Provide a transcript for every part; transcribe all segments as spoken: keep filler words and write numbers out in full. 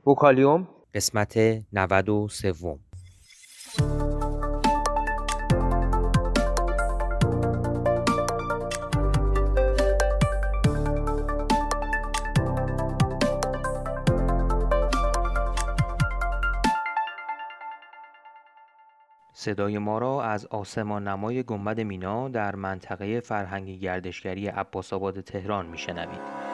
وکالیوم قسمت نود و سه. صدای ما را از آسمان نمای گنبد مینا در منطقه فرهنگی گردشگری عباس‌آباد تهران میشنوید.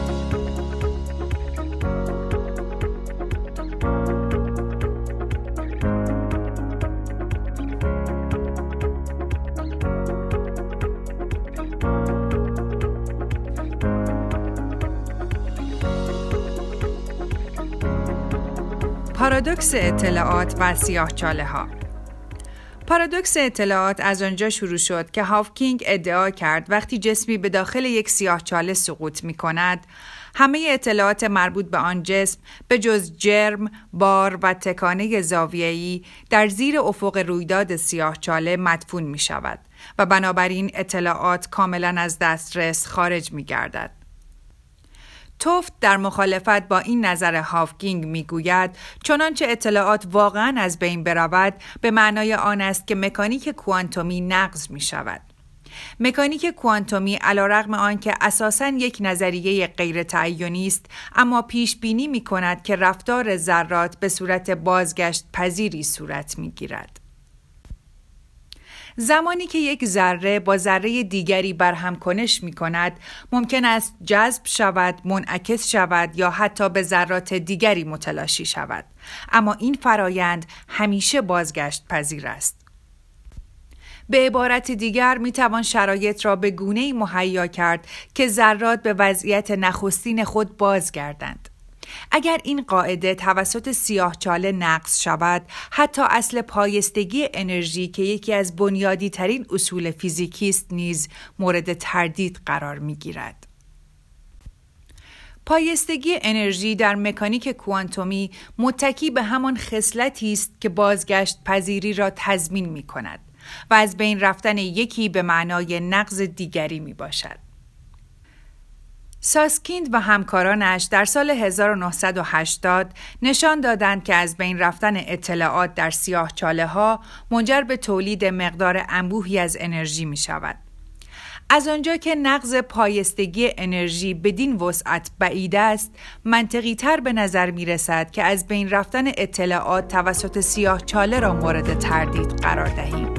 پارادوکس اطلاعات و سیاه‌چاله‌ها. پارادوکس اطلاعات از آنجا شروع شد که هاوکینگ ادعا کرد وقتی جسمی به داخل یک سیاه‌چاله سقوط می‌کند، همه اطلاعات مربوط به آن جسم به جز جرم، بار و تکانه زاویه‌ای در زیر افق رویداد سیاه‌چاله مدفون می‌شود و بنابراین اطلاعات کاملاً از دسترس خارج می‌گردد. توفت در مخالفت با این نظر هاوکینگ میگوید چنانچه اطلاعات واقعاً از بین برود به معنای آن است که مکانیک کوانتومی نقض می شود. مکانیک کوانتومی علیرغم آنکه اساساً یک نظریه غیر تعینی است، اما پیش بینی می کند که رفتار ذرات به صورت بازگشت پذیری صورت می گیرد. زمانی که یک ذره با ذره دیگری برهم کنش می کند، ممکن است جذب شود، منعکس شود یا حتی به ذرات دیگری متلاشی شود. اما این فرایند همیشه بازگشت پذیر است. به عبارت دیگر می توان شرایط را به گونه‌ای مهیا کرد که ذرات به وضعیت نخستین خود بازگردند. اگر این قاعده توسط سیاه‌چاله نقض شود، حتی اصل پایستگی انرژی که یکی از بنیادی ترین اصول فیزیکی است نیز مورد تردید قرار می‌گیرد. پایستگی انرژی در مکانیک کوانتومی متکی به همان خصلتی است که بازگشت پذیری را تضمین می‌کند و از بین رفتن یکی به معنای نقض دیگری میباشد. ساسکیند و همکارانش در سال هزار و نهصد و هشتاد نشان دادند که از بین رفتن اطلاعات در سیاه‌چاله‌ها منجر به تولید مقدار انبوهی از انرژی می شود. از آنجا که نقض پایستگی انرژی بدین وسعت بعید است، منطقی تر به نظر می رسد که از بین رفتن اطلاعات توسط سیاه‌چاله را مورد تردید قرار دهیم.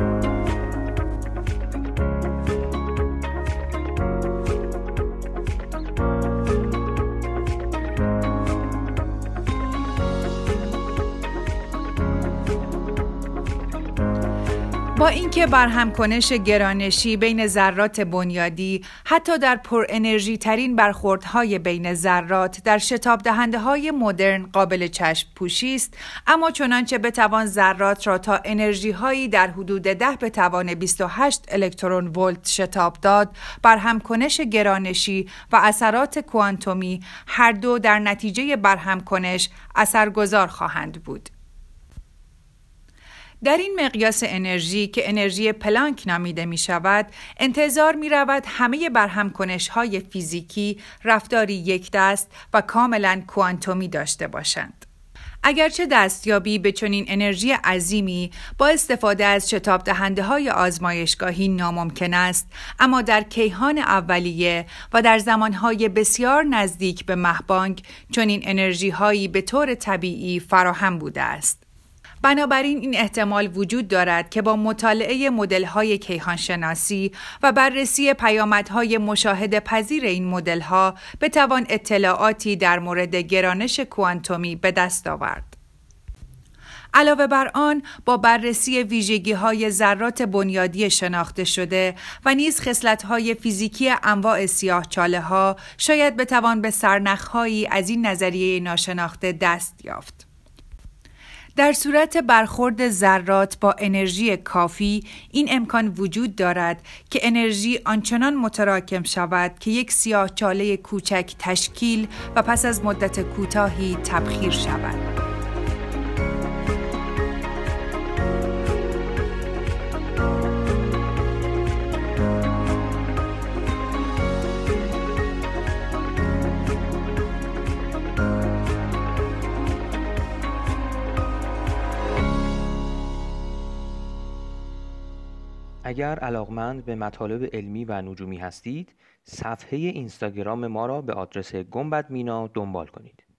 با اینکه برهمکنش گرانشی بین ذرات بنیادی حتی در پر انرژی ترین برخوردهای بین ذرات در شتاب دهنده های مدرن قابل چشم پوشی است، اما چنانچه بتوان ذرات را تا انرژی هایی در حدود ده به توان بیست و هشت الکترون ولت شتاب داد، برهمکنش گرانشی و اثرات کوانتومی هر دو در نتیجه برهمکنش اثرگذار خواهند بود. در این مقیاس انرژی که انرژی پلانک نامیده می شود، انتظار می رود همه برهمکنش های فیزیکی رفتاری یک دست و کاملا کوانتومی داشته باشند. اگرچه دستیابی به چنین انرژی عظیمی با استفاده از شتاب دهنده های آزمایشگاهی ناممکن است، اما در کیهان اولیه و در زمانهای بسیار نزدیک به مه‌بانگ چنین انرژی هایی به طور طبیعی فراهم بوده است. بنابراین این احتمال وجود دارد که با مطالعه مدل‌های کیهانشناسی و بررسی پیامدهای مشاهده پذیر این مدل‌ها بتوان اطلاعاتی در مورد گرانش کوانتومی به دست آورد. علاوه بر آن، با بررسی ویژگی‌های ذرات بنیادی شناخته شده و نیز خصلت‌های فیزیکی انواع سیاه‌چاله‌ها شاید بتوان به سرنخ‌هایی از این نظریه ناشناخته دست یافت. در صورت برخورد ذرات با انرژی کافی، این امکان وجود دارد که انرژی آنچنان متراکم شود که یک سیاه‌چاله کوچک تشکیل و پس از مدت کوتاهی تبخیر شود. اگر علاقمند به مطالب علمی و نجومی هستید، صفحه اینستاگرام ما را به آدرس گنبد مینا دنبال کنید.